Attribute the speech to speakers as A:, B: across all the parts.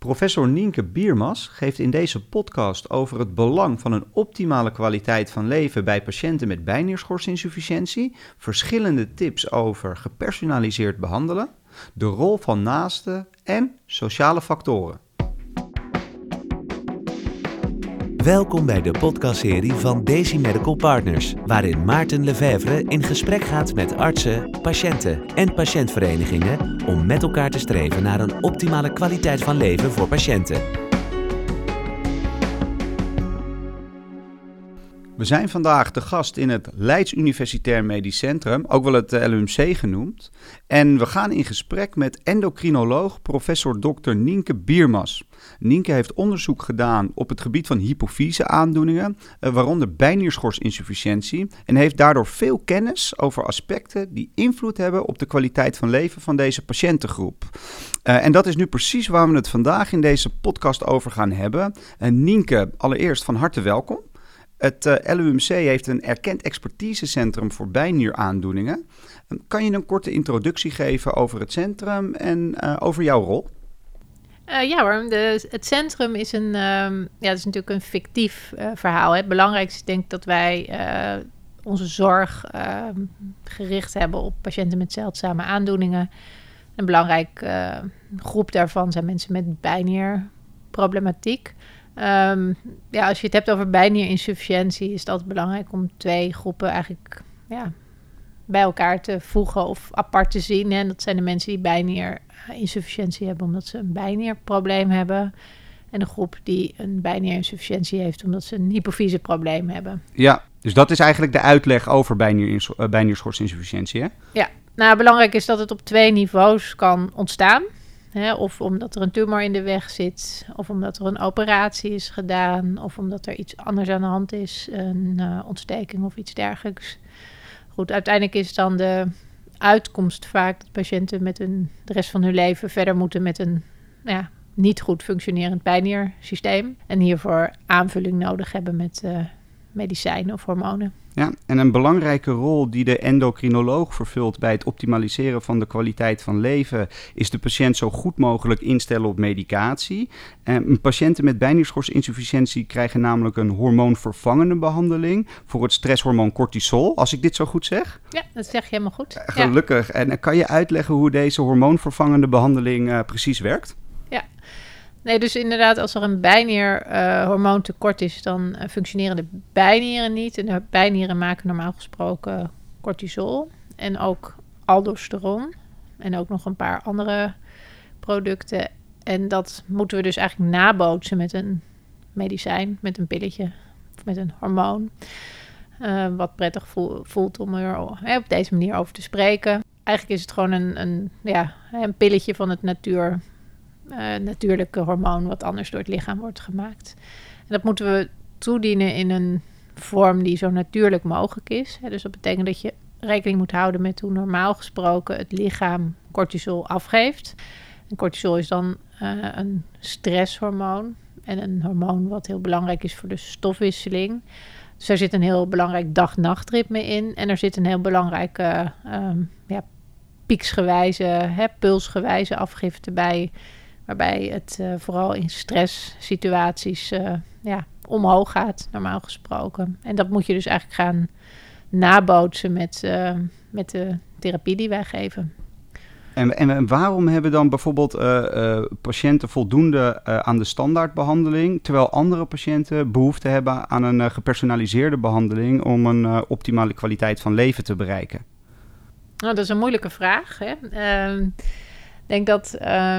A: Professor Nienke Biermas geeft in deze podcast over het belang van een optimale kwaliteit van leven bij patiënten met bijnierschorsinsufficiëntie, verschillende tips over gepersonaliseerd behandelen, de rol van naasten en sociale factoren.
B: Welkom bij de podcastserie van Daisy Medical Partners, waarin Maarten Lefevre in gesprek gaat met artsen, patiënten en patiëntverenigingen om met elkaar te streven naar een optimale kwaliteit van leven voor patiënten.
A: We zijn vandaag de gast in het Leids Universitair Medisch Centrum, ook wel het LUMC genoemd. En we gaan in gesprek met endocrinoloog professor Dr. Nienke Biermas. Nienke heeft onderzoek gedaan op het gebied van hypofyse-aandoeningen, waaronder bijnierschorsinsufficiëntie, en heeft daardoor veel kennis over aspecten die invloed hebben op de kwaliteit van leven van deze patiëntengroep. En dat is nu precies waar we het vandaag in deze podcast over gaan hebben. Nienke, allereerst van harte welkom. Het LUMC heeft een erkend expertisecentrum voor bijnieraandoeningen. Kan je een korte introductie geven over het centrum en over jouw rol?
C: Ja hoor, het centrum is dat is natuurlijk een fictief verhaal. Hè. Het belangrijkste is denk ik dat wij onze zorg gericht hebben op patiënten met zeldzame aandoeningen. Een belangrijk groep daarvan zijn mensen met bijnierproblematiek. Als je het hebt over bijnierinsufficiëntie, is dat belangrijk om twee groepen eigenlijk bij elkaar te voegen of apart te zien. En dat zijn de mensen die bijnierinsufficiëntie hebben omdat ze een bijnierprobleem hebben. En de groep die een bijnierinsufficiëntie heeft omdat ze een hypofyseprobleem hebben.
A: Ja, dus dat is eigenlijk de uitleg over bijnierschorsinsufficiëntie, hè?
C: Ja, nou belangrijk is dat het op twee niveaus kan ontstaan. Of omdat er een tumor in de weg zit, of omdat er een operatie is gedaan, of omdat er iets anders aan de hand is, een ontsteking of iets dergelijks. Goed, uiteindelijk is dan de uitkomst vaak dat patiënten met de rest van hun leven verder moeten met een niet goed functionerend bijniersysteem. En hiervoor aanvulling nodig hebben met medicijnen of hormonen.
A: Ja, en een belangrijke rol die de endocrinoloog vervult bij het optimaliseren van de kwaliteit van leven is de patiënt zo goed mogelijk instellen op medicatie. Patiënten met bijnierschorsinsufficiëntie krijgen namelijk een hormoonvervangende behandeling voor het stresshormoon cortisol, als ik dit zo goed zeg.
C: Ja, dat zeg je helemaal goed.
A: Gelukkig. Ja. En kan je uitleggen hoe deze hormoonvervangende behandeling precies werkt?
C: Ja. Nee, dus inderdaad, als er een bijnierhormoontekort is, dan functioneren de bijnieren niet. En de bijnieren maken normaal gesproken cortisol en ook aldosteron en ook nog een paar andere producten. En dat moeten we dus eigenlijk nabootsen met een medicijn, met een pilletje of met een hormoon. Wat prettig voelt om er op deze manier over te spreken. Eigenlijk is het gewoon een pilletje van het natuurlijke hormoon wat anders door het lichaam wordt gemaakt. En dat moeten we toedienen in een vorm die zo natuurlijk mogelijk is. Dus dat betekent dat je rekening moet houden met hoe normaal gesproken het lichaam cortisol afgeeft. En cortisol is dan een stresshormoon en een hormoon wat heel belangrijk is voor de stofwisseling. Dus er zit een heel belangrijk dag-nachtritme in en er zit een heel belangrijke pieksgewijze, pulsgewijze afgifte bij, waarbij het vooral in stresssituaties omhoog gaat, normaal gesproken. En dat moet je dus eigenlijk gaan nabootsen met de therapie die wij geven.
A: En waarom hebben dan bijvoorbeeld patiënten voldoende aan de standaardbehandeling, terwijl andere patiënten behoefte hebben aan een gepersonaliseerde behandeling om een optimale kwaliteit van leven te bereiken?
C: Nou, dat is een moeilijke vraag. Hè? Ik denk dat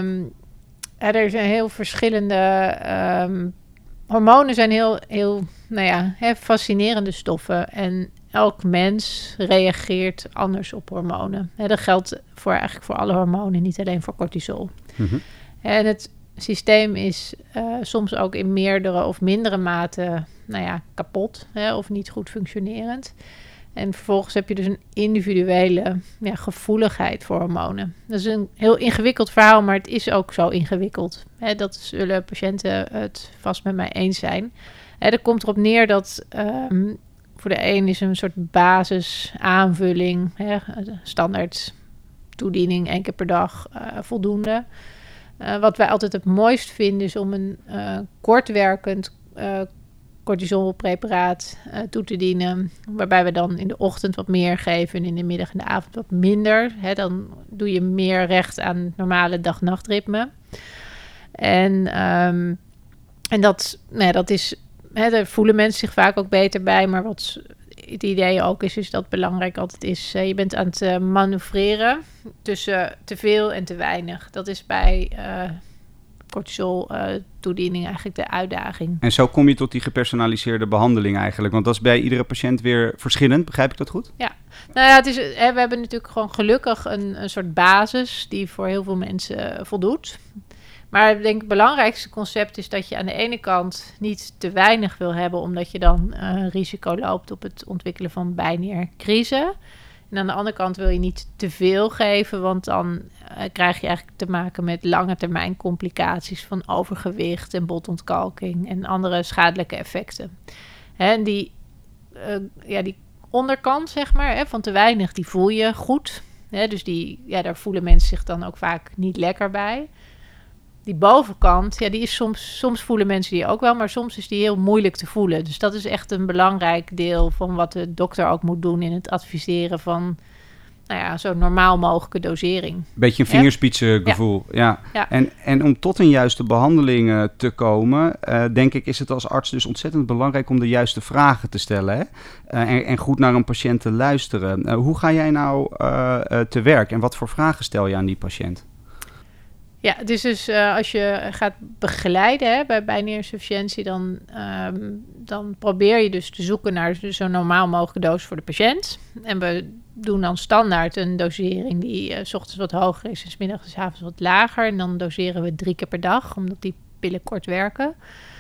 C: er zijn heel verschillende hormonen zijn heel fascinerende stoffen. En elk mens reageert anders op hormonen. Dat geldt eigenlijk voor alle hormonen, niet alleen voor cortisol. Mm-hmm. En het systeem is soms ook in meerdere of mindere mate kapot of niet goed functionerend. En vervolgens heb je dus een individuele gevoeligheid voor hormonen. Dat is een heel ingewikkeld verhaal, maar het is ook zo ingewikkeld. Dat zullen patiënten het vast met mij eens zijn. Er komt erop neer dat voor de een is een soort basisaanvulling, standaard toediening 1 keer per dag voldoende. Wat wij altijd het mooist vinden is om een kortwerkend cortisolpreparaat toe te dienen, waarbij we dan in de ochtend wat meer geven en in de middag en de avond wat minder. Dan doe je meer recht aan het normale dag-nachtritme. En dat is, daar voelen mensen zich vaak ook beter bij, maar wat het idee ook is dat belangrijk altijd is, je bent aan het manoeuvreren tussen te veel en te weinig. Dat is bij cortisol toediening eigenlijk de uitdaging.
A: En zo kom je tot die gepersonaliseerde behandeling eigenlijk, want dat is bij iedere patiënt weer verschillend. Begrijp ik dat goed?
C: Ja, nou ja, we hebben natuurlijk gewoon gelukkig een soort basis die voor heel veel mensen voldoet. Maar ik denk het belangrijkste concept is dat je aan de ene kant niet te weinig wil hebben, omdat je dan risico loopt op het ontwikkelen van bijniercrisen. En aan de andere kant wil je niet te veel geven, want dan krijg je eigenlijk te maken met lange termijn complicaties van overgewicht en botontkalking en andere schadelijke effecten. En die onderkant, zeg maar, van te weinig, die voel je goed. Dus daar voelen mensen zich dan ook vaak niet lekker bij. Die bovenkant, die is soms voelen mensen die ook wel, maar soms is die heel moeilijk te voelen. Dus dat is echt een belangrijk deel van wat de dokter ook moet doen in het adviseren van zo normaal mogelijke dosering.
A: Beetje een vingerspitsengevoel, ja. En om tot een juiste behandeling te komen, denk ik, is het als arts dus ontzettend belangrijk om de juiste vragen te stellen. Hè? En goed naar een patiënt te luisteren. Hoe ga jij nou te werk en wat voor vragen stel je aan die patiënt?
C: Ja, het is dus als je gaat begeleiden bij bijnierinsufficiëntie, dan probeer je dus te zoeken naar zo'n normaal mogelijke dosis voor de patiënt. En we doen dan standaard een dosering die 's ochtends wat hoger is en 's middags en 's avonds wat lager. En dan doseren we 3 keer per dag, omdat die pillen kort werken.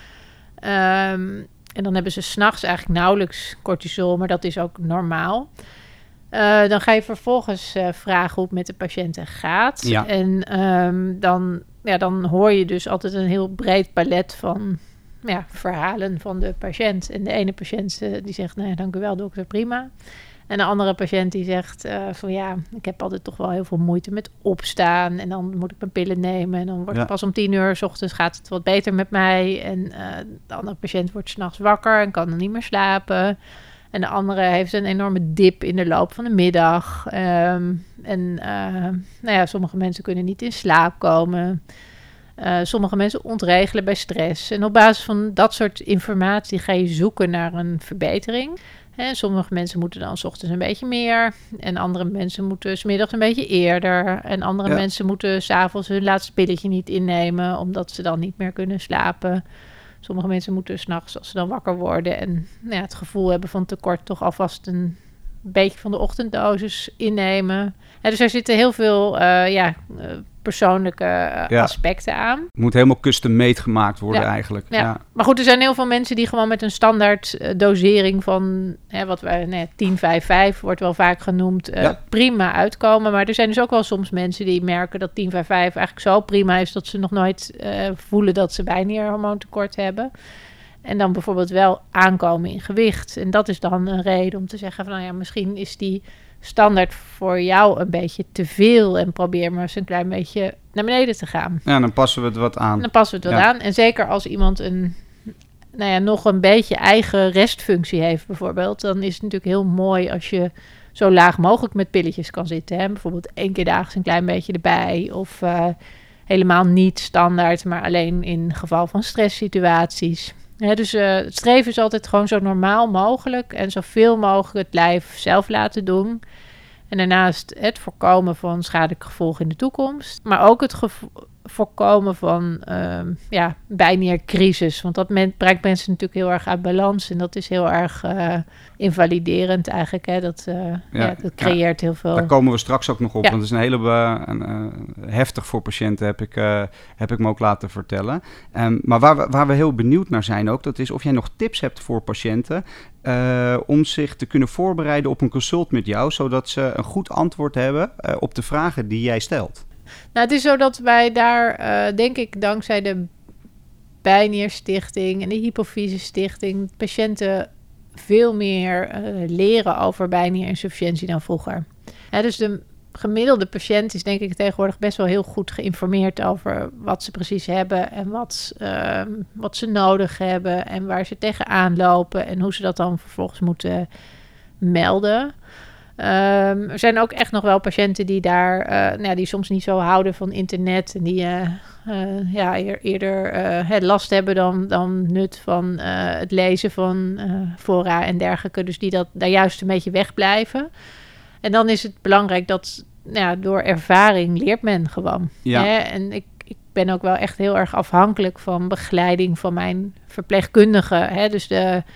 C: En dan hebben ze 's nachts eigenlijk nauwelijks cortisol, maar dat is ook normaal. Dan ga je vervolgens vragen hoe het met de patiënten gaat. Ja. En dan hoor je dus altijd een heel breed palet van verhalen van de patiënt. En de ene patiënt die zegt, nou ja, dank u wel dokter, prima. En de andere patiënt die zegt ik heb altijd toch wel heel veel moeite met opstaan. En dan moet ik mijn pillen nemen. En dan wordt het pas om 10:00 's ochtends gaat het wat beter met mij. En de andere patiënt wordt 's nachts wakker en kan dan niet meer slapen. En de andere heeft een enorme dip in de loop van de middag. Sommige mensen kunnen niet in slaap komen. Sommige mensen ontregelen bij stress. En op basis van dat soort informatie ga je zoeken naar een verbetering. Sommige mensen moeten dan 's ochtends een beetje meer. En andere mensen moeten 's middags een beetje eerder. En andere mensen moeten 's avonds hun laatste pilletje niet innemen, omdat ze dan niet meer kunnen slapen. Sommige mensen moeten 's nachts, als ze dan wakker worden en het gevoel hebben van tekort, toch alvast een beetje van de ochtenddosis innemen. Dus er zitten heel veel persoonlijke aspecten aan.
A: Het moet helemaal custom-made gemaakt worden eigenlijk.
C: Ja. Maar goed, er zijn heel veel mensen die gewoon met een standaard dosering van wat wij 10-5-5 wordt wel vaak genoemd, prima uitkomen. Maar er zijn dus ook wel soms mensen die merken dat 10-5-5 eigenlijk zo prima is dat ze nog nooit voelen dat ze bijnierhormoontekort hebben. En dan bijvoorbeeld wel aankomen in gewicht. En dat is dan een reden om te zeggen van misschien is die standaard voor jou een beetje te veel en probeer maar eens een klein beetje naar beneden te gaan.
A: Ja, dan passen we het wat aan.
C: aan. En zeker als iemand nog een beetje eigen restfunctie heeft bijvoorbeeld, dan is het natuurlijk heel mooi als je zo laag mogelijk met pilletjes kan zitten. Hè? Bijvoorbeeld 1 keer daags een klein beetje erbij of helemaal niet standaard, maar alleen in geval van stresssituaties. Dus het streven is altijd gewoon zo normaal mogelijk en zoveel mogelijk het lijf zelf laten doen. En daarnaast het voorkomen van schadelijke gevolgen in de toekomst. Maar ook het voorkomen van bijniercrisis. Want dat brengt mensen natuurlijk heel erg uit balans. En dat is heel erg invaliderend eigenlijk. Hè? Dat creëert heel veel.
A: Daar komen we straks ook nog op. Want het is een hele heftig voor patiënten, heb ik me ook laten vertellen. Maar waar we heel benieuwd naar zijn ook, dat is of jij nog tips hebt voor patiënten om zich te kunnen voorbereiden op een consult met jou, zodat ze een goed antwoord hebben op de vragen die jij stelt.
C: Nou, het is zo dat wij daar, denk ik, dankzij de Bijnierstichting en de Hypofyse-stichting patiënten veel meer leren over bijnierinsufficiëntie dan vroeger. Dus gemiddelde patiënt is denk ik tegenwoordig best wel heel goed geïnformeerd over wat ze precies hebben en wat ze nodig hebben en waar ze tegenaan lopen en hoe ze dat dan vervolgens moeten melden. Er zijn ook echt nog wel patiënten die die soms niet zo houden van internet en die eerder last hebben dan nut van het lezen van fora en dergelijke. Dus die daar juist een beetje wegblijven. En dan is het belangrijk dat door ervaring leert men gewoon.
A: Ja.
C: Hè? En ik ben ook wel echt heel erg afhankelijk van begeleiding van mijn verpleegkundige. Hè? Dus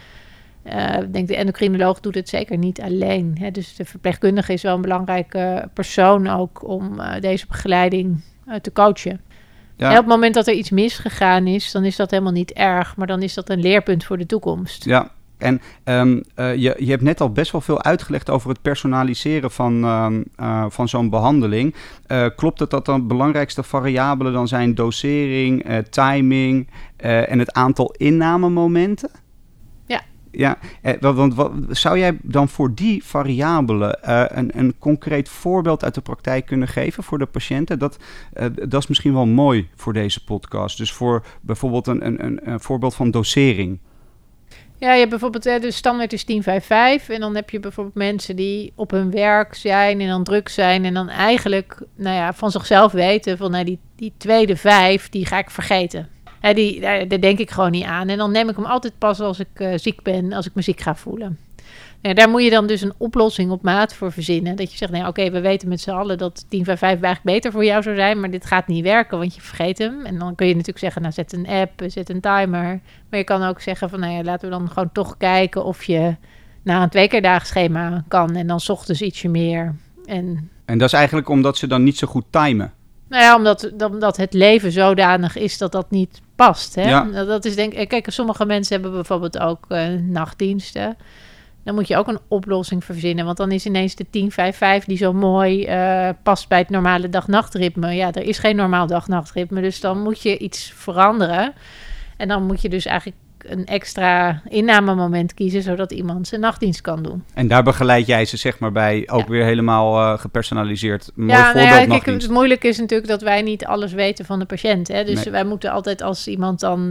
C: ik denk de endocrinoloog doet het zeker niet alleen. Hè? Dus de verpleegkundige is wel een belangrijke persoon ook om deze begeleiding te coachen. Ja. En op het moment dat er iets misgegaan is, dan is dat helemaal niet erg. Maar dan is dat een leerpunt voor de toekomst.
A: Ja. En je hebt net al best wel veel uitgelegd over het personaliseren van zo'n behandeling. Klopt het dat de belangrijkste variabelen dan zijn dosering, timing en het aantal innamemomenten?
C: Ja.
A: Ja, want zou jij dan voor die variabelen een concreet voorbeeld uit de praktijk kunnen geven voor de patiënten? Dat is misschien wel mooi voor deze podcast. Dus voor bijvoorbeeld een voorbeeld van dosering.
C: Ja, je hebt bijvoorbeeld, de standaard is 10-5-5. En dan heb je bijvoorbeeld mensen die op hun werk zijn en dan druk zijn. En dan eigenlijk van zichzelf weten van die tweede 5, die ga ik vergeten. Daar denk ik gewoon niet aan. En dan neem ik hem altijd pas als ik ziek ben, als ik me ziek ga voelen. Daar moet je dan dus een oplossing op maat voor verzinnen. Dat je zegt, oké, we weten met z'n allen dat 10-5-5 eigenlijk beter voor jou zou zijn. Maar dit gaat niet werken, want je vergeet hem. En dan kun je natuurlijk zeggen, zet een app, zet een timer. Maar je kan ook zeggen van, laten we dan gewoon toch kijken of je naar een 2-keer-dag schema kan. En dan 's ochtends ietsje meer. En
A: dat is eigenlijk omdat ze dan niet zo goed timen.
C: Omdat het leven zodanig is dat niet past. Hè?
A: Ja.
C: Dat is kijk, sommige mensen hebben bijvoorbeeld ook nachtdiensten. Dan moet je ook een oplossing verzinnen. Want dan is ineens de 10-5-5 die zo mooi past bij het normale dag-nachtritme. Ja, er is geen normaal dag-nachtritme. Dus dan moet je iets veranderen. En dan moet je dus eigenlijk een extra innamemoment kiezen, zodat iemand zijn nachtdienst kan doen.
A: En daar begeleid jij ze zeg maar bij ook weer helemaal gepersonaliseerd. Mooi voorbeeld nachtdienst. Het
C: moeilijke is natuurlijk dat wij niet alles weten van de patiënt. Hè? Dus wij moeten altijd als iemand dan...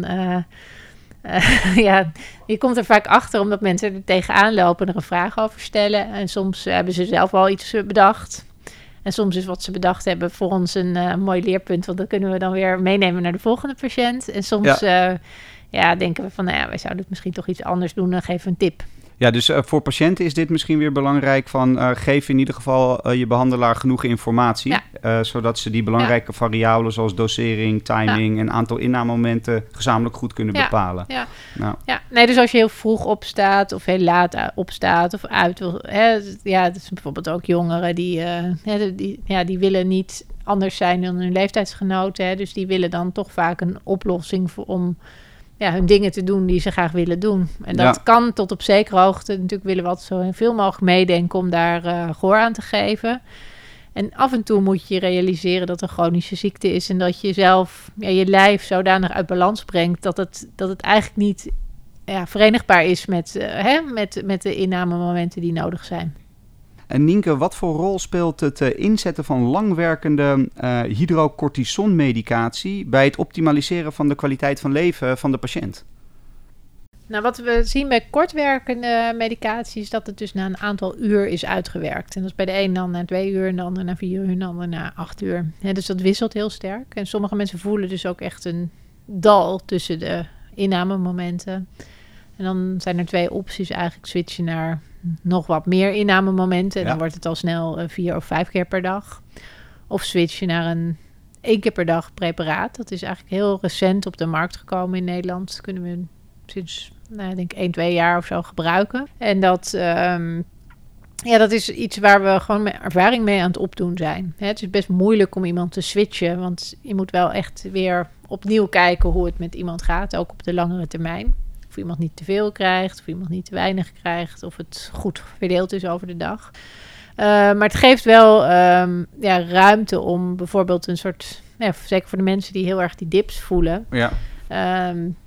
C: je komt er vaak achter omdat mensen er tegenaan lopen en er een vraag over stellen. En soms hebben ze zelf al iets bedacht. En soms is wat ze bedacht hebben voor ons een mooi leerpunt. Want dat kunnen we dan weer meenemen naar de volgende patiënt. En soms denken we van, wij zouden het misschien toch iets anders doen. Dan geven we een tip.
A: Ja, dus voor patiënten is dit misschien weer belangrijk van geef in ieder geval je behandelaar genoeg informatie. Ja. Zodat ze die belangrijke variabelen zoals dosering, timing en aantal innamemomenten gezamenlijk goed kunnen bepalen. Ja. Nou.
C: Ja. Nee, dus als je heel vroeg opstaat of heel laat opstaat of uit wil. Dat is bijvoorbeeld ook jongeren die willen niet anders zijn dan hun leeftijdsgenoten. Hè, dus die willen dan toch vaak een oplossing om hun dingen te doen die ze graag willen doen. En dat kan tot op zekere hoogte. Natuurlijk willen we altijd zo veel mogelijk meedenken om daar gehoor aan te geven. En af en toe moet je realiseren dat er chronische ziekte is en dat je zelf je lijf zodanig uit balans brengt dat het eigenlijk niet verenigbaar is met de innamemomenten die nodig zijn.
A: En Nienke, wat voor rol speelt het inzetten van langwerkende hydrocortisonmedicatie bij het optimaliseren van de kwaliteit van leven van de patiënt?
C: Nou, wat we zien bij kortwerkende medicatie is dat het dus na een aantal uur is uitgewerkt. En dat is bij de een dan na 2 uur, en de ander na 4 uur, en de ander na 8 uur. Dus dat wisselt heel sterk. En sommige mensen voelen dus ook echt een dal tussen de innamemomenten. En dan zijn er 2 opties eigenlijk. Switchen naar nog wat meer innamemomenten. En dan wordt het al snel 4 of 5 keer per dag. Of switchen naar een 1 keer per dag preparaat. Dat is eigenlijk heel recent op de markt gekomen in Nederland. Dat kunnen we sinds, ik denk 1-2 jaar of zo gebruiken. En dat is iets waar we gewoon met ervaring mee aan het opdoen zijn. Het is best moeilijk om iemand te switchen. Want je moet wel echt weer opnieuw kijken hoe het met iemand gaat. Ook op de langere termijn. Of iemand niet te veel krijgt, of iemand niet te weinig krijgt, of het goed verdeeld is over de dag. Maar het geeft wel ruimte om bijvoorbeeld een soort, zeker voor de mensen die heel erg die dips voelen,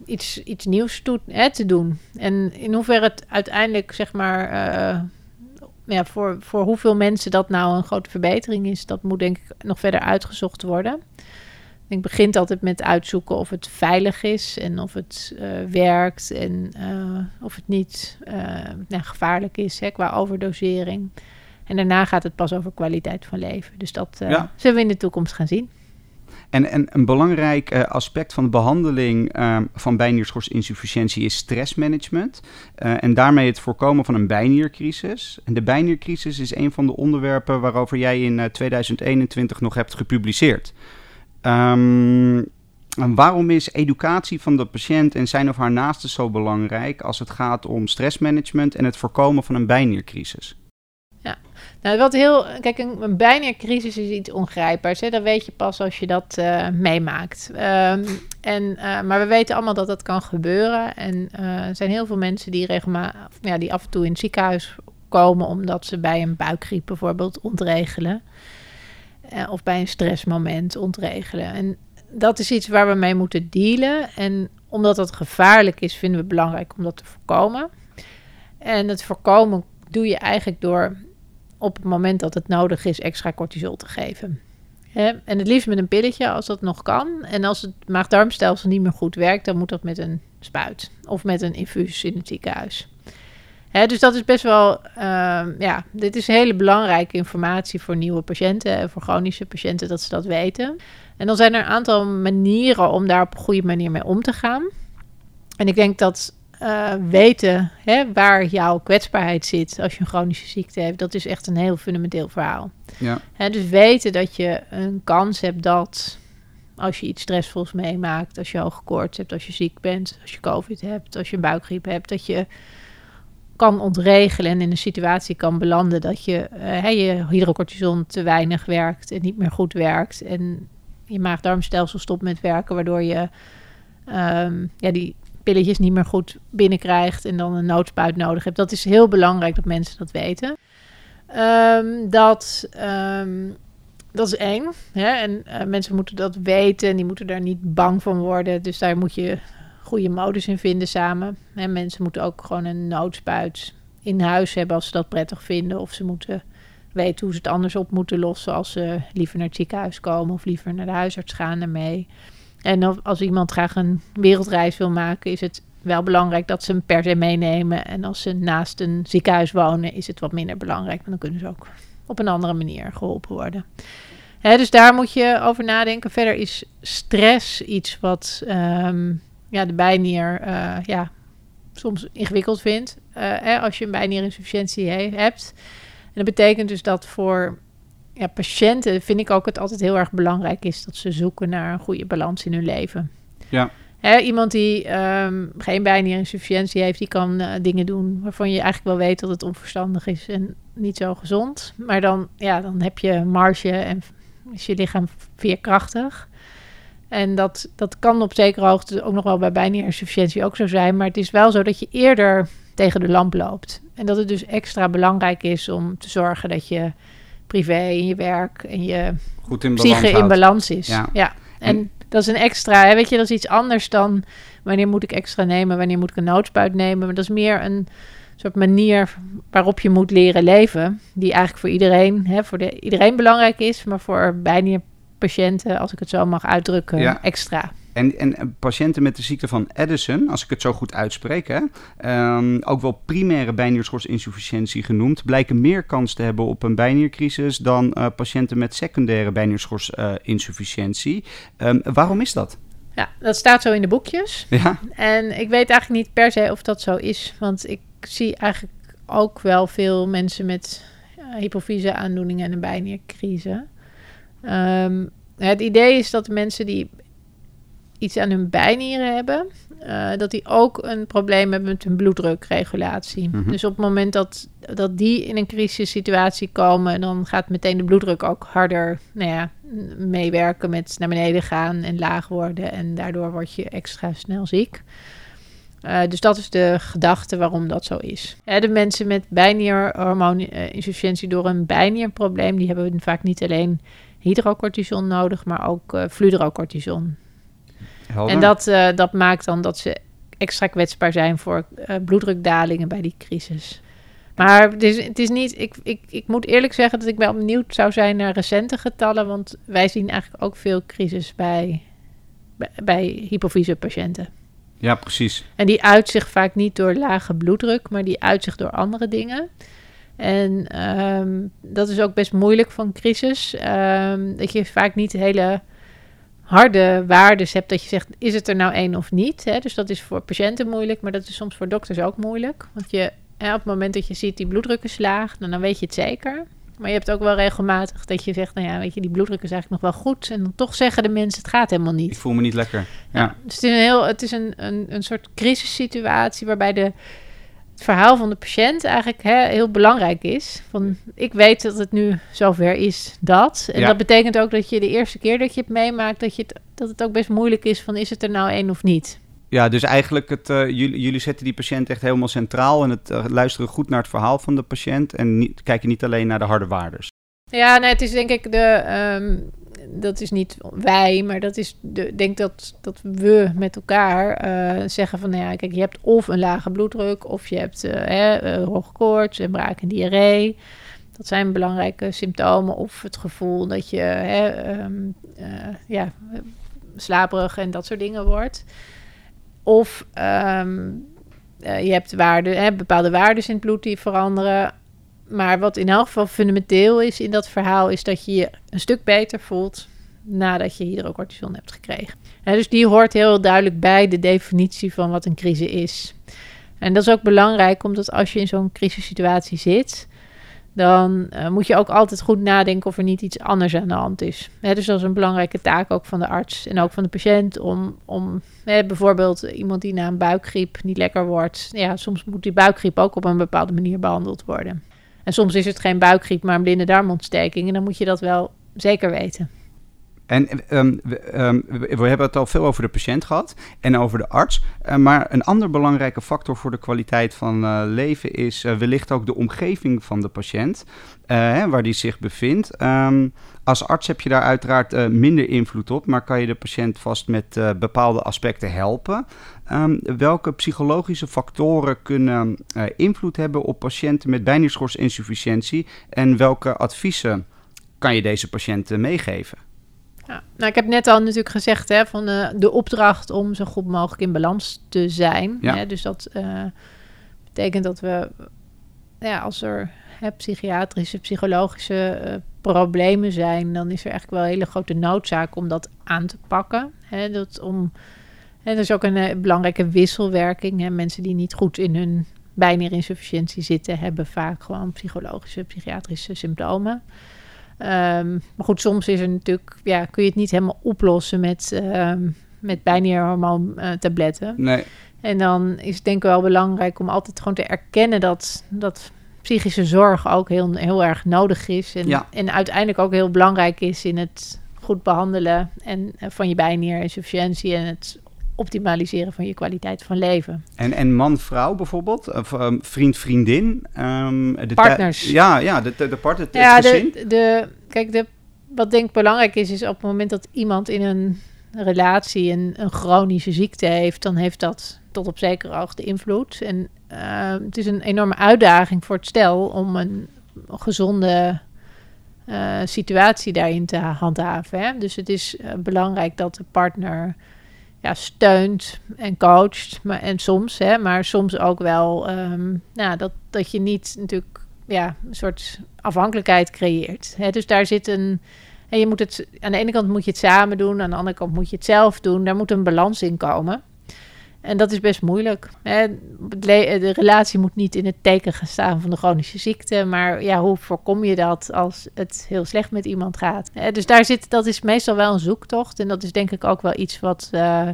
C: iets nieuws te doen. En in hoeverre het uiteindelijk, zeg maar, voor hoeveel mensen dat nou een grote verbetering is, dat moet denk ik nog verder uitgezocht worden. Ik begint altijd met uitzoeken of het veilig is en of het werkt en of het niet gevaarlijk is qua overdosering. En daarna gaat het pas over kwaliteit van leven. Dus dat zullen we in de toekomst gaan zien.
A: En een belangrijk aspect van de behandeling van bijnierschorsinsufficiëntie is stressmanagement. En daarmee het voorkomen van een bijniercrisis. En de bijniercrisis is een van de onderwerpen waarover jij in 2021 nog hebt gepubliceerd. Waarom is educatie van de patiënt en zijn of haar naasten zo belangrijk als het gaat om stressmanagement en het voorkomen van een bijniercrisis?
C: Ja, nou kijk, een bijniercrisis is iets ongrijpbaars. Hè? Dat weet je pas als je dat meemaakt. Maar we weten allemaal dat dat kan gebeuren. En er zijn heel veel mensen die die af en toe in het ziekenhuis komen omdat ze bij een buikgriep bijvoorbeeld ontregelen. Of bij een stressmoment ontregelen. En dat is iets waar we mee moeten dealen. En omdat dat gevaarlijk is, vinden we het belangrijk om dat te voorkomen. En het voorkomen doe je eigenlijk door op het moment dat het nodig is extra cortisol te geven. En het liefst met een pilletje als dat nog kan. En als het maag-darmstelsel niet meer goed werkt, dan moet dat met een spuit of met een infuus in het ziekenhuis. Dus dat is best wel, dit is hele belangrijke informatie voor nieuwe patiënten en voor chronische patiënten dat ze dat weten. En dan zijn er een aantal manieren om daar op een goede manier mee om te gaan. En ik denk dat weten waar jouw kwetsbaarheid zit als je een chronische ziekte hebt, dat is echt een heel fundamenteel verhaal. Ja. Dus weten dat je een kans hebt dat als je iets stressvols meemaakt, als je hoge koorts hebt, als je ziek bent, als je COVID hebt, als je een buikgriep hebt, dat je kan ontregelen en in een situatie kan belanden dat je hydrocortison te weinig werkt en niet meer goed werkt en je maag-darmstelsel stopt met werken, waardoor je die pilletjes niet meer goed binnenkrijgt en dan een noodspuit nodig hebt. Dat is heel belangrijk dat mensen dat weten. Dat is één. En mensen moeten dat weten en die moeten daar niet bang van worden. Dus daar moet je goede modus in vinden samen. Mensen moeten ook gewoon een noodspuit in huis hebben als ze dat prettig vinden. Of ze moeten weten hoe ze het anders op moeten lossen als ze liever naar het ziekenhuis komen of liever naar de huisarts gaan daarmee. En als iemand graag een wereldreis wil maken, is het wel belangrijk dat ze hem per se meenemen. En als ze naast een ziekenhuis wonen, is het wat minder belangrijk. Want dan kunnen ze ook op een andere manier geholpen worden. Dus daar moet je over nadenken. Verder is stress iets wat de bijnier soms ingewikkeld vindt. Als je een bijnierinsufficiëntie hebt. En dat betekent dus dat voor patiënten vind ik ook het altijd heel erg belangrijk is dat ze zoeken naar een goede balans in hun leven. Ja. Iemand die geen bijnierinsufficiëntie heeft, die kan dingen doen waarvan je eigenlijk wel weet dat het onverstandig is en niet zo gezond. Maar dan heb je marge en is je lichaam veerkrachtig. En dat kan op zekere hoogte ook nog wel bij bijnierinsufficiëntie ook zo zijn. Maar het is wel zo dat je eerder tegen de lamp loopt. En dat het dus extra belangrijk is om te zorgen dat je privé en je werk en je psyche in balans is. Ja. En dat is een extra, dat is iets anders dan wanneer moet ik extra nemen, wanneer moet ik een noodspuit nemen. Maar dat is meer een soort manier waarop je moet leren leven, die eigenlijk voor iedereen, iedereen belangrijk is, maar voor bijnierpatiënten, als ik het zo mag uitdrukken, extra. En
A: patiënten met de ziekte van Addison, als ik het zo goed uitspreek, ook wel primaire bijnierschorsinsufficiëntie genoemd, blijken meer kans te hebben op een bijniercrisis dan patiënten met secundaire bijnierschorsinsufficiëntie. Waarom is dat?
C: Ja, dat staat zo in de boekjes. Ja. En ik weet eigenlijk niet per se of dat zo is, want ik zie eigenlijk ook wel veel mensen met hypofyse aandoeningen en een bijniercrisis. Het idee is dat de mensen die iets aan hun bijnieren hebben, dat die ook een probleem hebben met hun bloeddrukregulatie. Mm-hmm. Dus op het moment dat die in een crisissituatie komen, dan gaat meteen de bloeddruk ook harder meewerken met naar beneden gaan en laag worden. En daardoor word je extra snel ziek. Dus dat is de gedachte waarom dat zo is. De mensen met bijnierhormooninsufficiëntie door een bijnierprobleem, die hebben vaak niet alleen hydrocortison nodig, maar ook fludrocortison. Helder. En dat maakt dan dat ze extra kwetsbaar zijn voor bloeddrukdalingen bij die crisis. Maar het is niet... Ik moet eerlijk zeggen dat ik wel benieuwd zou zijn naar recente getallen. Want wij zien eigenlijk ook veel crisis bij hypofyse-patiënten.
A: Ja, precies.
C: En die uit zich vaak niet door lage bloeddruk, maar die uit zich door andere dingen. En dat is ook best moeilijk van crisis. Dat je vaak niet hele harde waardes hebt dat je zegt, is het er nou één of niet? Hè? Dus dat is voor patiënten moeilijk, maar dat is soms voor dokters ook moeilijk. Want op het moment dat je ziet die bloeddruk is laag, dan weet je het zeker. Maar je hebt ook wel regelmatig dat je zegt, nou ja, weet je, die bloeddruk is eigenlijk nog wel goed. En dan toch zeggen de mensen, het gaat helemaal niet.
A: Ik voel me niet lekker. Ja.
C: Dus het is een soort crisissituatie waarbij het verhaal van de patiënt eigenlijk heel belangrijk is. Van, ik weet dat het nu zover is dat. En dat betekent ook dat je de eerste keer dat je het meemaakt, dat het ook best moeilijk is van, is het er nou één of niet?
A: Ja, dus eigenlijk jullie zetten die patiënt echt helemaal centraal en het luisteren goed naar het verhaal van de patiënt en kijken niet alleen naar de harde waardes.
C: Ja, nee, het is denk ik dat is niet wij, maar dat is denk dat we met elkaar zeggen van, nou ja, kijk, je hebt of een lage bloeddruk of je hebt hoge koorts en braak en diarree. Dat zijn belangrijke symptomen. Of het gevoel dat je slaperig en dat soort dingen wordt. Of je hebt bepaalde waarden in het bloed die veranderen. Maar wat in elk geval fundamenteel is in dat verhaal, is dat je je een stuk beter voelt nadat je hydrocortison hebt gekregen. Dus die hoort heel duidelijk bij de definitie van wat een crisis is. En dat is ook belangrijk, omdat als je in zo'n crisissituatie zit, dan moet je ook altijd goed nadenken of er niet iets anders aan de hand is. Dus dat is een belangrijke taak ook van de arts en ook van de patiënt om bijvoorbeeld iemand die na een buikgriep niet lekker wordt. Ja, soms moet die buikgriep ook op een bepaalde manier behandeld worden. En soms is het geen buikgriep, maar een blinde darmontsteking. En dan moet je dat wel zeker weten.
A: En we hebben het al veel over de patiënt gehad en over de arts. Maar een ander belangrijke factor voor de kwaliteit van leven is wellicht ook de omgeving van de patiënt, waar die zich bevindt. Als arts heb je daar uiteraard minder invloed op, maar kan je de patiënt vast met bepaalde aspecten helpen. Welke psychologische factoren kunnen invloed hebben op patiënten met beinirschorsinsufficiëntie en welke adviezen kan je deze patiënten meegeven?
C: Ja, nou, ik heb net al natuurlijk gezegd van de opdracht om zo goed mogelijk in balans te zijn.
A: Ja.
C: Hè, dus dat betekent dat we, als er psychiatrische, psychologische problemen zijn, dan is er eigenlijk wel een hele grote noodzaak om dat aan te pakken. Er is ook een belangrijke wisselwerking. Mensen die niet goed in hun bijnierinsufficiëntie zitten, hebben vaak gewoon psychologische, psychiatrische symptomen. Maar goed, soms is er natuurlijk, kun je het niet helemaal oplossen met bijnierhormoontabletten.
A: Nee.
C: En dan is het denk ik wel belangrijk om altijd gewoon te erkennen dat psychische zorg ook heel, heel erg nodig is. En uiteindelijk ook heel belangrijk is in het goed behandelen van je bijnierinsufficiëntie en het optimaliseren van je kwaliteit van leven.
A: En man-vrouw bijvoorbeeld? Of vriend, vriendin?
C: Partners.
A: De partner, het gezin.
C: Wat denk ik belangrijk is op het moment dat iemand in een relatie een chronische ziekte heeft, dan heeft dat tot op zekere hoogte invloed. En het is een enorme uitdaging voor het stel om een gezonde situatie daarin te handhaven. Hè? Dus het is belangrijk dat de partner steunt en coacht, maar soms ook wel dat je niet natuurlijk een soort afhankelijkheid creëert. Hè? Dus daar zit je moet het aan de ene kant moet je het samen doen, aan de andere kant moet je het zelf doen. Daar moet een balans in komen. En dat is best moeilijk. Hè? De relatie moet niet in het teken gaan staan van de chronische ziekte, maar hoe voorkom je dat als het heel slecht met iemand gaat? Dus dat is meestal wel een zoektocht en dat is denk ik ook wel iets wat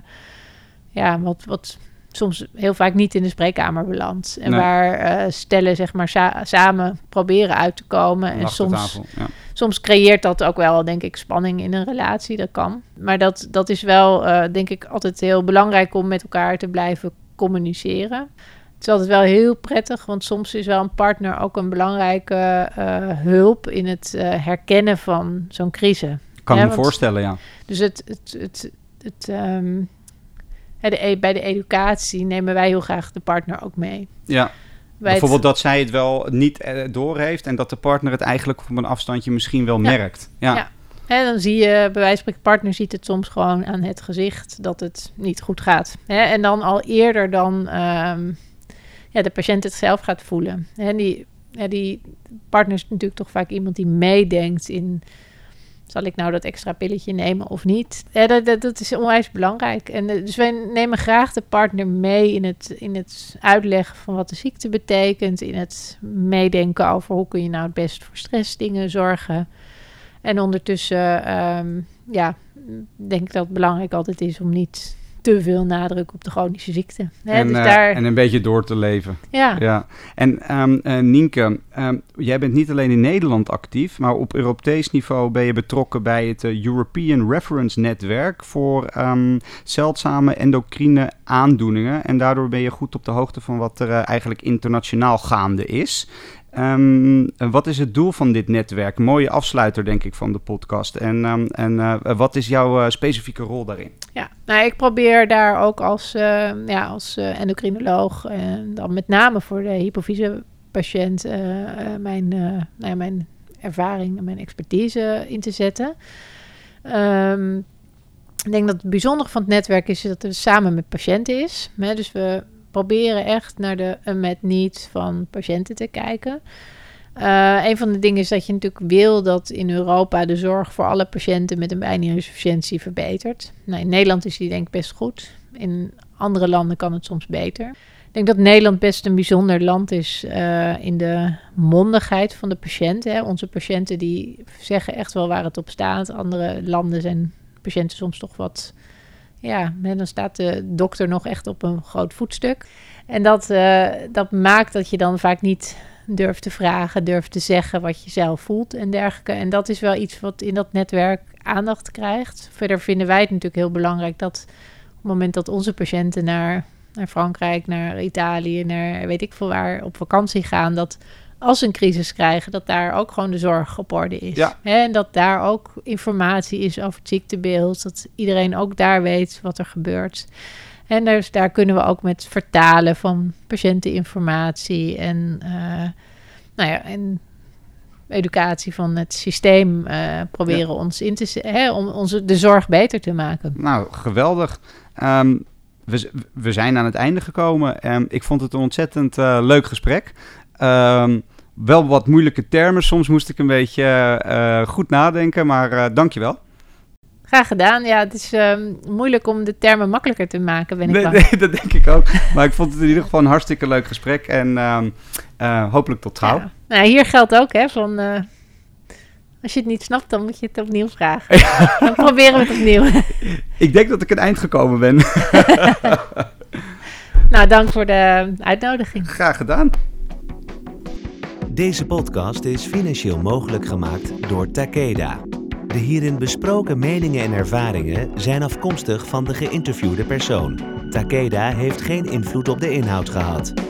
C: soms heel vaak niet in de spreekkamer belandt. En waar stellen zeg maar samen proberen uit te komen. En soms creëert dat ook wel, denk ik, spanning in een relatie. Dat kan. Maar dat is wel, denk ik, altijd heel belangrijk om met elkaar te blijven communiceren. Het is altijd wel heel prettig, want soms is wel een partner ook een belangrijke hulp in het herkennen van zo'n crisis.
A: Kan me voorstellen, ja.
C: Dus bij de educatie nemen wij heel graag de partner ook mee.
A: Ja. Bijvoorbeeld dat zij het wel niet doorheeft en dat de partner het eigenlijk op een afstandje misschien wel merkt. Ja.
C: En dan zie je, bij wijze van spreken, partner ziet het soms gewoon aan het gezicht dat het niet goed gaat. En dan al eerder dan de patiënt het zelf gaat voelen. Die partner is natuurlijk toch vaak iemand die meedenkt in, zal ik nou dat extra pilletje nemen of niet? Dat is onwijs belangrijk. En dus wij nemen graag de partner mee in het uitleggen van wat de ziekte betekent, in het meedenken over hoe kun je nou het best voor stressdingen zorgen. En ondertussen, denk ik dat het belangrijk altijd is om niet te veel nadruk op de chronische ziekte.
A: En een beetje door te leven. Ja. En Nienke, jij bent niet alleen in Nederland actief, maar op Europees niveau ben je betrokken bij het European Reference Netwerk voor zeldzame endocrine aandoeningen. En daardoor ben je goed op de hoogte van wat er eigenlijk internationaal gaande is. Wat is het doel van dit netwerk? Mooie afsluiter, denk ik, van de podcast. En wat is jouw specifieke rol daarin? Ja,
C: nou, ik probeer daar ook als endocrinoloog, dan met name voor de hypofyse-patiënt, mijn ervaring en mijn expertise in te zetten. Ik denk dat het bijzondere van het netwerk is dat het samen met patiënten is. Dus we proberen echt naar de unmet needs van patiënten te kijken. Een van de dingen is dat je natuurlijk wil dat in Europa de zorg voor alle patiënten met een bijnierinsufficiëntie verbetert. Nou, in Nederland is die denk ik best goed. In andere landen kan het soms beter. Ik denk dat Nederland best een bijzonder land is in de mondigheid van de patiënten. Onze patiënten die zeggen echt wel waar het op staat. Andere landen zijn patiënten soms toch wat... Ja, dan staat de dokter nog echt op een groot voetstuk. En dat maakt dat je dan vaak niet durft te vragen, durft te zeggen wat je zelf voelt en dergelijke. En dat is wel iets wat in dat netwerk aandacht krijgt. Verder vinden wij het natuurlijk heel belangrijk dat op het moment dat onze patiënten naar Frankrijk, naar Italië, naar weet ik veel waar op vakantie gaan, dat als ze een crisis krijgen, dat daar ook gewoon de zorg op orde is. Ja. En dat daar ook informatie is over het ziektebeeld. Dat iedereen ook daar weet wat er gebeurt. En dus daar kunnen we ook met vertalen van patiënteninformatie en educatie van het systeem proberen ons in te om de zorg beter te maken.
A: Nou, geweldig. We zijn aan het einde gekomen. Ik vond het een ontzettend leuk gesprek. Wel wat moeilijke termen. Soms moest ik een beetje goed nadenken, maar dankjewel.
C: Graag gedaan. Ja, het is moeilijk om de termen makkelijker te maken, ben ik bang.
A: Nee, dat denk ik ook. Maar ik vond het in ieder geval een hartstikke leuk gesprek en hopelijk tot gauw.
C: Ja. Nou, hier geldt ook, van als je het niet snapt, dan moet je het opnieuw vragen. Ja. Dan proberen we het opnieuw.
A: Ik denk dat ik een eind gekomen ben.
C: Nou, dank voor de uitnodiging.
A: Graag gedaan.
B: Deze podcast is financieel mogelijk gemaakt door Takeda. De hierin besproken meningen en ervaringen zijn afkomstig van de geïnterviewde persoon. Takeda heeft geen invloed op de inhoud gehad.